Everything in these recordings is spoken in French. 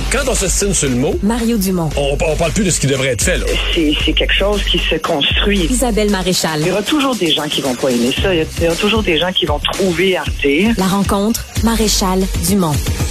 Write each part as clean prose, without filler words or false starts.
Quand on s'estime sur le mot, Mario Dumont. on parle plus de ce qui devrait être fait, là. C'est quelque chose qui se construit. Isabelle Maréchal. Il y aura toujours des gens qui vont pas aimer ça. Il y aura toujours des gens qui vont trouver Arte. La rencontre, Maréchal Dumont.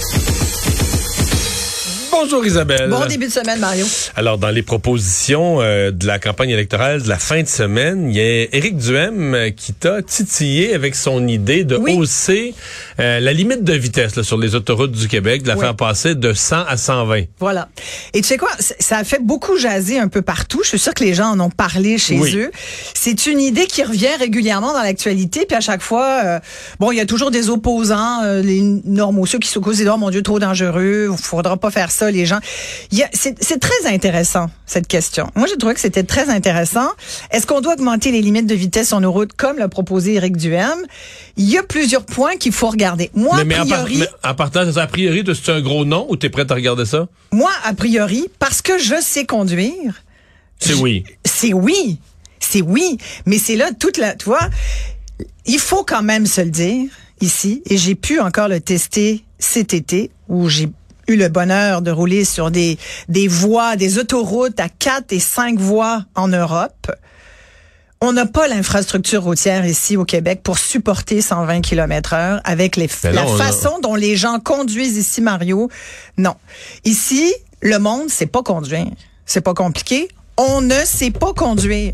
Bonjour Isabelle. Bon début de semaine, Mario. Alors, dans les propositions de la campagne électorale de la fin de semaine, il y a Éric Duhaime qui t'a titillé avec son idée de hausser la limite de vitesse là, sur les autoroutes du Québec, de la faire passer de 100 à 120. Voilà. Et tu sais quoi? Ça a fait beaucoup jaser un peu partout. Je suis sûre que les gens en ont parlé chez eux. C'est une idée qui revient régulièrement dans l'actualité. Puis à chaque fois, il y a toujours des opposants, les normaux, ceux qui se causent des mon Dieu, trop dangereux, il faudra pas faire ça, les gens. C'est très intéressant, cette question. Moi, j'ai trouvé que c'était très intéressant. Est-ce qu'on doit augmenter les limites de vitesse sur nos routes, comme l'a proposé Éric Duhaime? Il y a plusieurs points qu'il faut regarder. Moi, mais a priori... en partant, a priori, c'est un gros non ou t'es prête à regarder ça? Moi, a priori, parce que je sais conduire... C'est oui. C'est oui. C'est oui. Mais c'est là toute la... Tu vois, il faut quand même se le dire, ici, et j'ai pu encore le tester cet été, où j'ai eu le bonheur de rouler sur des voies, des autoroutes à 4 et 5 voies en Europe. On n'a pas l'infrastructure routière ici au Québec pour supporter 120 km/h avec la façon dont les gens conduisent ici, Mario. Non. Ici, le monde sait pas conduire. C'est pas compliqué. On ne sait pas conduire.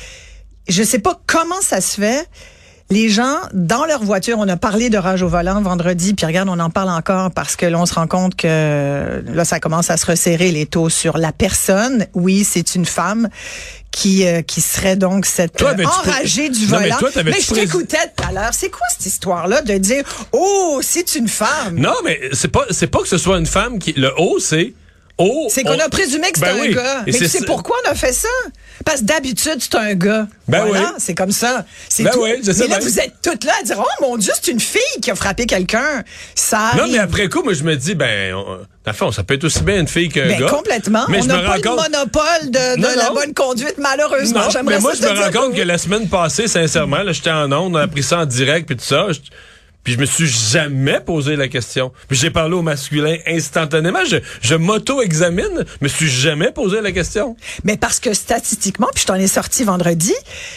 Je sais pas comment ça se fait. Les gens, dans leur voiture, on a parlé de rage au volant vendredi, puis regarde, on en parle encore parce que là, on se rend compte que là, ça commence à se resserrer les taux sur la personne. Oui, c'est une femme qui serait donc cette enragée du volant. Mais je t'écoutais tout à l'heure. C'est quoi cette histoire-là de dire, oh, c'est une femme? Non, mais c'est pas que ce soit une femme qui, le haut, c'est c'est qu'on a présumé que c'était un gars. Mais tu sais pourquoi on a fait ça? Parce que d'habitude, c'est un gars. C'est comme ça. C'est tout. Mais là, vous êtes toutes là à dire, oh mon Dieu, c'est une fille qui a frappé quelqu'un. Ça arrive. Non, mais après coup, moi, je me dis, ça peut être aussi bien une fille qu'un gars. Complètement. Mais on n'a pas le monopole de la bonne conduite, malheureusement. Non, mais moi, je me rends compte que la semaine passée, sincèrement, là, j'étais en ondes, on a pris ça en direct, puis tout ça. Puis je me suis jamais posé la question. Puis j'ai parlé au masculin instantanément. Je m'auto-examine, me suis jamais posé la question. Mais parce que statistiquement, puis je t'en ai sorti vendredi,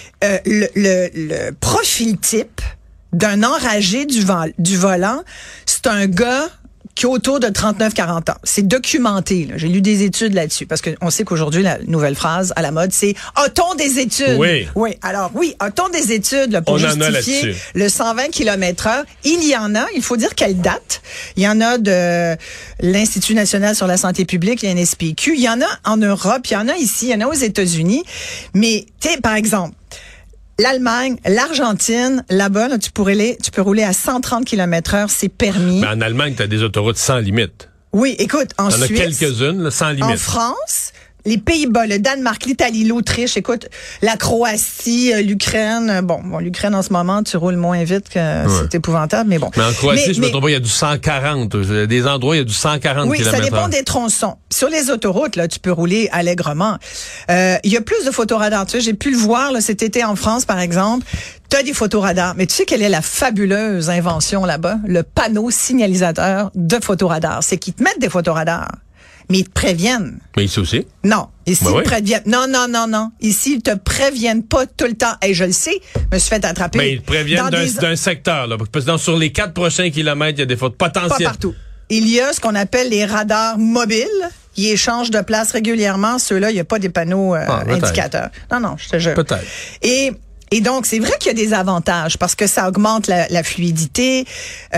le profil type d'un enragé du volant, c'est un gars qui est autour de 39-40 ans. C'est documenté. J'ai lu des études là-dessus. Parce qu'on sait qu'aujourd'hui, la nouvelle phrase à la mode, c'est « A-t-on des études? » Oui. Alors oui, a-t-on des études là, pour justifier le 120 km/h? Il y en a. Il faut dire qu'elle date. Il y en a de l'Institut national sur la santé publique, l'INSPQ. Il y en a en Europe. Il y en a ici. Il y en a aux États-Unis. Mais, tu sais, par exemple, l'Allemagne, l'Argentine, là-bas, là, tu peux rouler à 130 km/h, c'est permis. Mais en Allemagne, tu as des autoroutes sans limite. Oui, écoute, en Suisse. Il y en a quelques-unes, là, sans limite. En France, les Pays-Bas, le Danemark, l'Italie, l'Autriche, écoute, la Croatie, l'Ukraine. Bon, l'Ukraine, en ce moment, tu roules moins vite que c'est épouvantable, mais bon. Mais en Croatie, je me trompe pas, il y a du 140. Des endroits, il y a du 140 km/h. Oui, ça dépend des tronçons. Sur les autoroutes, là, tu peux rouler allègrement. Il y a plus de photoradars. Tu sais, j'ai pu le voir, là, cet été en France, par exemple. Tu as des photoradars. Mais tu sais quelle est la fabuleuse invention là-bas? Le panneau signalisateur de photoradars. C'est qu'ils te mettent des photoradars. Mais ils te préviennent. Mais ici aussi? Non. Ici, ils te préviennent. Non. Ici, ils te préviennent pas tout le temps. Et je le sais, je me suis fait attraper. Mais ils te préviennent d'un secteur, là. Parce que sur les 4 prochains kilomètres, il y a des fautes potentielles. Pas partout. Il y a ce qu'on appelle les radars mobiles. Ils échangent de place régulièrement. Ceux-là, il n'y a pas des panneaux indicateurs. Non, je te jure. Peut-être. Et donc, c'est vrai qu'il y a des avantages parce que ça augmente la fluidité.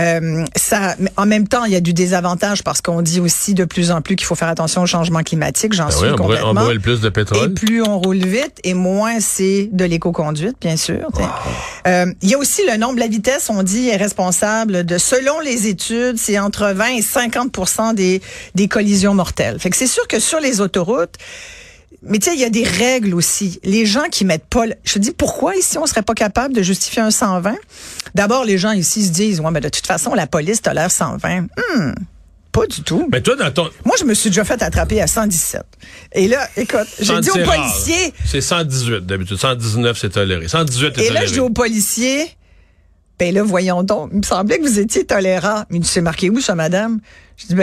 En même temps, il y a du désavantage parce qu'on dit aussi de plus en plus qu'il faut faire attention au changement climatique. J'en suis complètement. On brûle plus de pétrole. Et plus on roule vite, et moins c'est de l'éco-conduite, bien sûr. Il y a aussi le nombre, la vitesse, on dit, est responsable de, selon les études, c'est entre 20 et 50% des collisions mortelles. Fait que c'est sûr que sur les autoroutes, mais tu sais, il y a des règles aussi. Les gens qui mettent pas... Je te dis, pourquoi ici, on serait pas capable de justifier un 120? D'abord, les gens ici se disent, ouais, mais de toute façon, la police tolère 120. Pas du tout. Mais toi, dans ton... Moi, je me suis déjà fait attraper à 117. Et là, écoute, j'ai dit aux policiers... C'est 118 d'habitude. 119, c'est toléré. 118 est toléré. Et là, je dis aux policiers... Ben là, voyons donc, il me semblait que vous étiez tolérant. Mais c'est marqué où, ça, madame? Je dis, ben...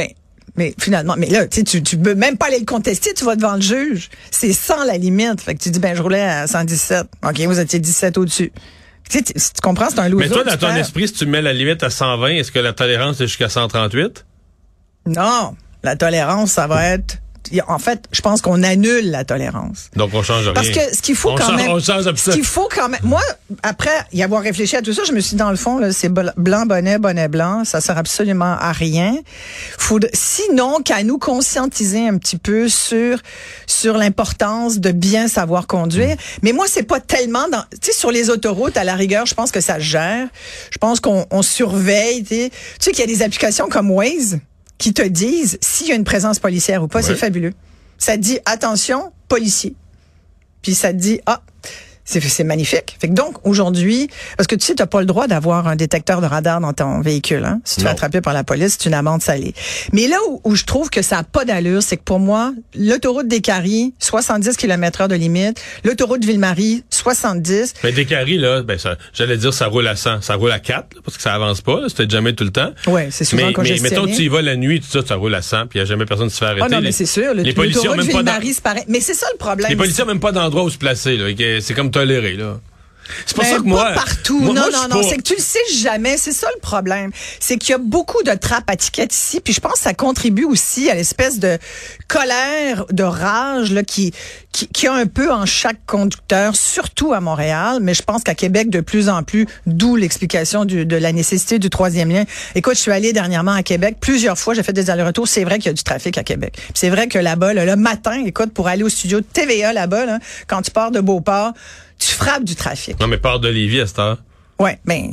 Mais finalement, mais là, tu peux même pas aller le contester, tu vas devant le juge. C'est sans la limite. Fait que tu dis, ben, je roulais à 117. OK, vous étiez 17 au-dessus. Tu comprends, c'est un loser. Mais toi, dans ton esprit, si tu mets la limite à 120, est-ce que la tolérance est jusqu'à 138? Non. La tolérance, ça va être... En fait, je pense qu'on annule la tolérance. Donc, on change rien. Parce que ce qu'il faut quand même... Ce qu'il faut quand même... Moi, après y avoir réfléchi à tout ça, je me suis dit, dans le fond, là, c'est blanc, bonnet blanc. Ça sert absolument à rien. Sinon qu'à nous conscientiser un petit peu sur l'importance de bien savoir conduire. Mais moi, c'est pas tellement dans... Tu sais, sur les autoroutes, à la rigueur, je pense que ça se gère. Je pense qu'on surveille. Tu sais qu'il y a des applications comme Waze qui te disent s'il y a une présence policière ou pas. Ouais. C'est fabuleux. Ça te dit, attention, policier. Puis ça te dit, c'est magnifique. Fait que donc, aujourd'hui, parce que tu sais, t'as pas le droit d'avoir un détecteur de radar dans ton véhicule, hein. Si tu es attrapé par la police, c'est une amende salée. Mais là où je trouve que ça a pas d'allure, c'est que pour moi, l'autoroute des Caries, 70 km/h de limite, l'autoroute Ville-Marie, 70. Mais des Caries, là, j'allais dire, ça roule à 100. Ça roule à 4, là, parce que ça avance pas, là. C'était jamais tout le temps. Ouais, c'est souvent congestionné. Mais mettons que tu y vas la nuit, tout ça, ça roule à 100, puis il y a jamais personne qui se fait arrêter. Ah non, mais c'est sûr. Les policiers ont même pas Ville-Marie, c'est pareil. Mais c'est ça le problème. Les policiers ont même pas d'endroit où se placer, là. C'est comme toléré, là. C'est pour ça que moi... Pas partout. Non, c'est que tu le sais jamais. C'est ça le problème. C'est qu'il y a beaucoup de trappes à tickets ici. Puis je pense que ça contribue aussi à l'espèce de colère, de rage là, qui a un peu en chaque conducteur, surtout à Montréal. Mais je pense qu'à Québec, de plus en plus, d'où l'explication de la nécessité du troisième lien. Écoute, je suis allée dernièrement à Québec. Plusieurs fois, j'ai fait des allers-retours. C'est vrai qu'il y a du trafic à Québec. Puis c'est vrai que là-bas, le matin, écoute, pour aller au studio de TVA là-bas, là, quand tu pars de Beauport, tu frappes du trafic. Non, mais pars de Lévis à cette heure. Ouais, mais...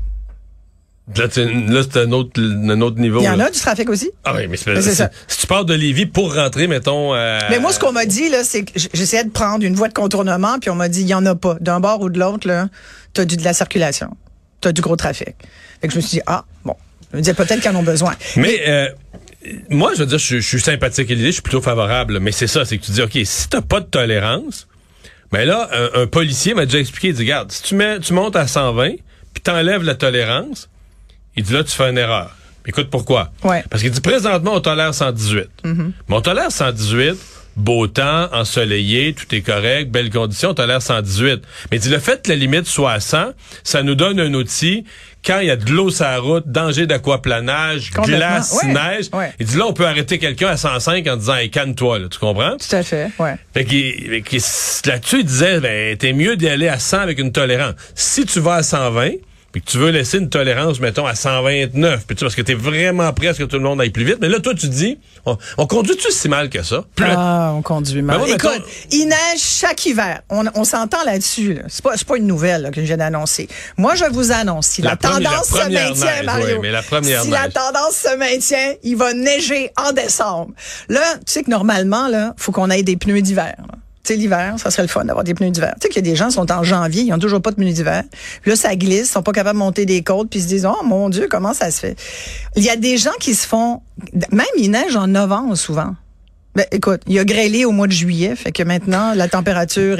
Là, c'est un autre niveau. Il y en a du trafic aussi. Ah oui, mais c'est ça. Si tu pars de Lévis pour rentrer, mettons... Mais moi, ce qu'on m'a dit, là, c'est que j'essayais de prendre une voie de contournement, puis on m'a dit, il y en a pas. D'un bord ou de l'autre, là, t'as de la circulation. T'as du gros trafic. Fait que je me suis dit, bon, je me disais peut-être qu'ils en ont besoin. Mais moi, je veux dire, je suis sympathique à l'idée, je suis plutôt favorable. Mais c'est ça, c'est que tu dis, OK, si t'as pas de tolérance... Mais là, un policier m'a déjà expliqué, il dit, regarde, si tu montes à 120, puis t'enlèves la tolérance, il dit là, tu fais une erreur. Écoute, pourquoi? Ouais. Parce qu'il dit, présentement, on tolère 118. Mm-hmm. Mais on tolère 118, beau temps, ensoleillé, tout est correct, belles conditions, on tolère 118. Mais il dit, le fait que la limite soit à 100, ça nous donne un outil quand il y a de l'eau sur la route, danger d'aquaplanage, glace, neige. Ouais. Il dit là, on peut arrêter quelqu'un à 105 en disant, hey, calme-toi, là, tu comprends? Tout à fait, ouais. Fait que là-dessus, il disait, t'es mieux d'y aller à 100 avec une tolérance. Si tu vas à 120, puis que tu veux laisser une tolérance, mettons, à 129, puis parce que t'es vraiment prêt à ce que tout le monde aille plus vite, mais là, toi, tu te dis, on conduit-tu si mal que ça? On conduit mal. Ben, écoute, il neige chaque hiver. On s'entend là-dessus. Là. C'est pas une nouvelle là, que je viens d'annoncer. Moi, je vous annonce, si la tendance se maintient, Mario, mais la première si la tendance se maintient, il va neiger en décembre. Là, tu sais que normalement, là, faut qu'on ait des pneus d'hiver. Là. Tu sais, l'hiver, ça serait le fun d'avoir des pneus d'hiver. Tu sais qu'il y a des gens qui sont en janvier, ils ont toujours pas de pneus d'hiver. Puis là, ça glisse, ils sont pas capables de monter des côtes, puis ils se disent, oh mon Dieu, comment ça se fait? Il y a des gens qui se font, même il neige en novembre souvent. Ben, écoute, il y a grêlé au mois de juillet, fait que maintenant, la température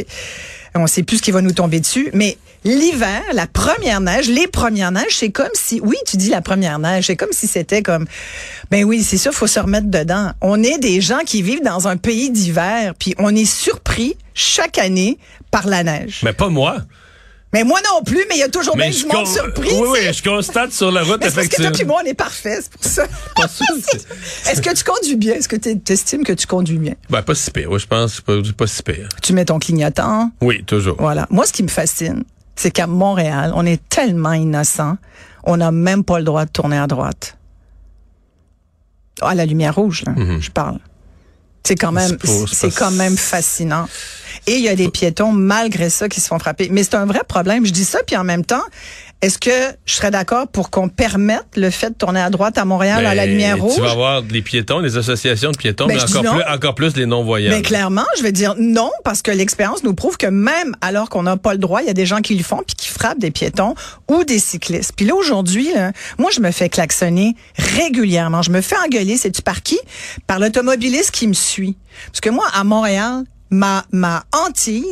on sait plus ce qui va nous tomber dessus, mais l'hiver, les premières neiges, c'est comme si, oui, tu dis la première neige, c'est comme si c'était comme, ben oui, c'est ça, faut se remettre dedans. On est des gens qui vivent dans un pays d'hiver, puis on est surpris chaque année par la neige. Mais pas moi. Mais moi non plus, mais il y a toujours bien du monde surpris. Oui, je constate sur la route, effectivement. Parce que toi puis moi, on est parfait, c'est pour ça. Est-ce que tu conduis bien? Est-ce que tu estimes que tu conduis bien? Ben, pas si pire. Oui, je pense que c'est pas si pire. Tu mets ton clignotant? Oui, toujours. Voilà. Moi, ce qui me fascine, c'est qu'à Montréal, on est tellement innocent, on n'a même pas le droit de tourner à droite. À la lumière rouge, là, je parle. C'est quand même fascinant. Et il y a des piétons, malgré ça, qui se font frapper. Mais c'est un vrai problème. Je dis ça, puis en même temps, est-ce que je serais d'accord pour qu'on permette le fait de tourner à droite à Montréal à la lumière rouge? Tu vas avoir les piétons, les associations de piétons, mais encore plus les non-voyants. Mais clairement, je vais dire non, parce que l'expérience nous prouve que même alors qu'on n'a pas le droit, il y a des gens qui le font puis qui frappent des piétons ou des cyclistes. Puis là, aujourd'hui, moi, je me fais klaxonner régulièrement. Je me fais engueuler, sais-tu par qui? Par l'automobiliste qui me suit. Parce que moi, à Montréal, ma hantise,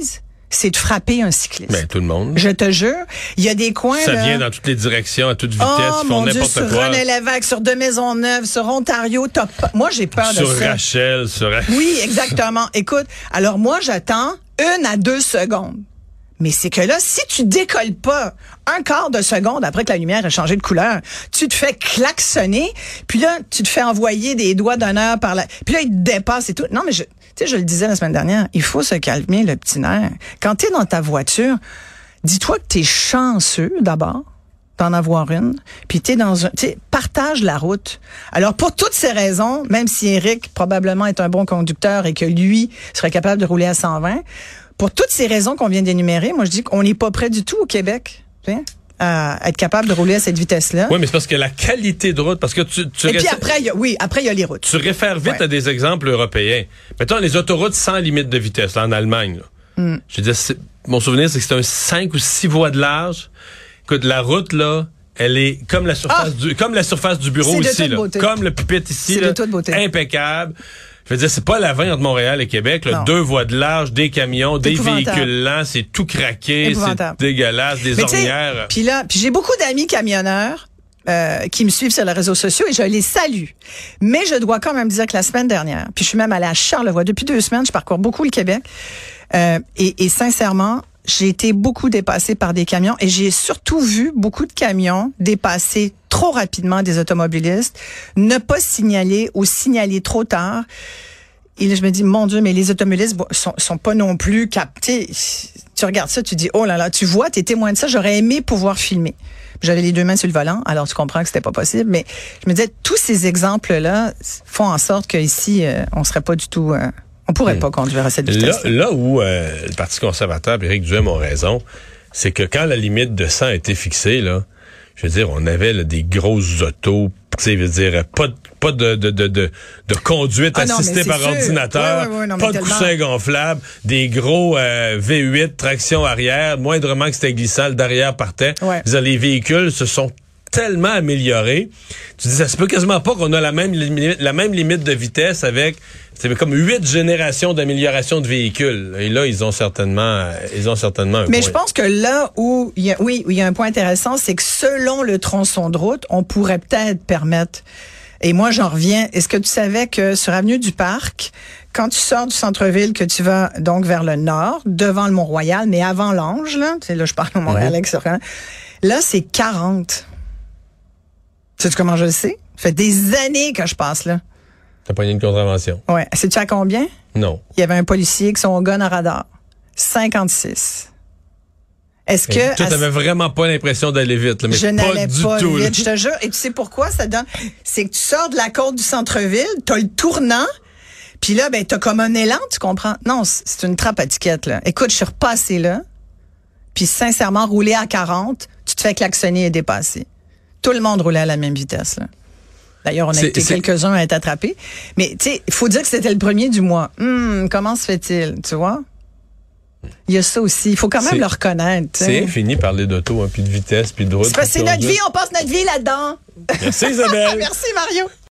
c'est de frapper un cycliste. Ben, tout le monde. Je te jure, il y a des coins Ça là, vient dans toutes les directions, à toute vitesse, oh ils font mon Dieu, n'importe sur quoi. René Lévesque, sur de Maisonneuve, sur Ontario, moi j'ai peur de ça. Sur Rachel, Oui, exactement. Écoute, alors moi j'attends 1 à 2 secondes. Mais c'est que là, si tu décolles pas un quart de seconde après que la lumière a changé de couleur, tu te fais klaxonner, puis là, tu te fais envoyer des doigts d'honneur par la... Puis là, il te dépasse et tout. Non, mais tu sais, je le disais la semaine dernière, il faut se calmer le petit nerf. Quand t'es dans ta voiture, dis-toi que t'es chanceux d'abord d'en avoir une, puis partage la route. Alors, pour toutes ces raisons, même si Éric probablement est un bon conducteur et que lui serait capable de rouler à 120, pour toutes ces raisons qu'on vient d'énumérer, moi, je dis qu'on n'est pas prêt du tout au Québec, tu sais, à être capable de rouler à cette vitesse-là. Oui, mais c'est parce que la qualité de route, parce que Et puis après, il y a les routes. Tu réfères vite à des exemples européens. Mettons les autoroutes sans limite de vitesse, là, en Allemagne, là. Je veux dire, mon souvenir, c'est que c'est un 5 ou 6 voies de large. Écoute, la route, là, elle est comme la surface du bureau ici, là. Comme le pupitre ici, là. Impeccable. Je veux dire, c'est pas la 20 entre Montréal et Québec, là. 2 voies de large, des camions, des véhicules lents, c'est tout craqué, c'est dégueulasse, des ornières. Puis j'ai beaucoup d'amis camionneurs qui me suivent sur les réseaux sociaux et je les salue. Mais je dois quand même dire que la semaine dernière, puis je suis même allée à Charlevoix, depuis 2 semaines, je parcours beaucoup le Québec, et sincèrement, j'ai été beaucoup dépassée par des camions et j'ai surtout vu beaucoup de camions dépasser trop rapidement des automobilistes, ne pas signaler ou signaler trop tard. Et là, je me dis, mon Dieu, mais les automobilistes sont pas non plus captés. Tu regardes ça, tu dis, oh là là, tu vois, t'es témoin de ça, j'aurais aimé pouvoir filmer. J'avais les 2 mains sur le volant, alors tu comprends que c'était pas possible. Mais je me disais, tous ces exemples-là font en sorte qu'ici, on serait pas du tout... on pourrait pas conduire à cette vitesse. Là où le Parti conservateur et Éric Duhem ont raison, c'est que quand la limite de 100 a été fixée, là, je veux dire, on avait là, des grosses autos, tu sais, je veux dire, pas de conduite assistée par ordinateur, pas de coussin gonflable, des gros V8 traction arrière, moindrement que c'était glissant, le derrière partait. Ouais. Je veux dire, les véhicules se sont tellement améliorés. Tu dis, ça se peut quasiment pas qu'on a la même limite de vitesse avec, c'est comme 8 générations d'amélioration de véhicules. Et là, ils ont certainement un Mais point. je pense que là où il y a un point intéressant, c'est que selon le tronçon de route, on pourrait peut-être permettre. Et moi, j'en reviens. Est-ce que tu savais que sur Avenue du Parc, quand tu sors du centre-ville, que tu vas donc vers le nord, devant le Mont-Royal, mais avant l'Ange, là, tu sais, là, je parle au Montréal, là, c'est 40. Sais-tu comment je le sais? Ça fait des années que je passe là. T'as pogné une contravention. Ouais. Sais-tu à combien? Non. Il y avait un policier avec son gun à radar. 56. Est-ce que... Tu n'avais vraiment pas l'impression d'aller vite, là, mais je n'allais pas tout, vite, je te jure. Et tu sais pourquoi ça donne? C'est que tu sors de la côte du centre-ville, t'as le tournant, puis là, ben, t'as comme un élan, tu comprends? Non, c'est une trappe à tickette, là. Écoute, je suis repassée là, puis sincèrement, rouler à 40, tu te fais klaxonner et dépasser. Tout le monde roulait à la même vitesse, là. D'ailleurs, on a été quelques-uns à être attrapés. Mais, tu sais, il faut dire que c'était le 1er du mois. Comment se fait-il, tu vois? Il y a ça aussi. Il faut quand même le reconnaître. C'est infini parler d'auto, hein, puis de vitesse, puis de route. C'est notre vie, on passe notre vie là-dedans. Merci Isabelle. Merci Mario.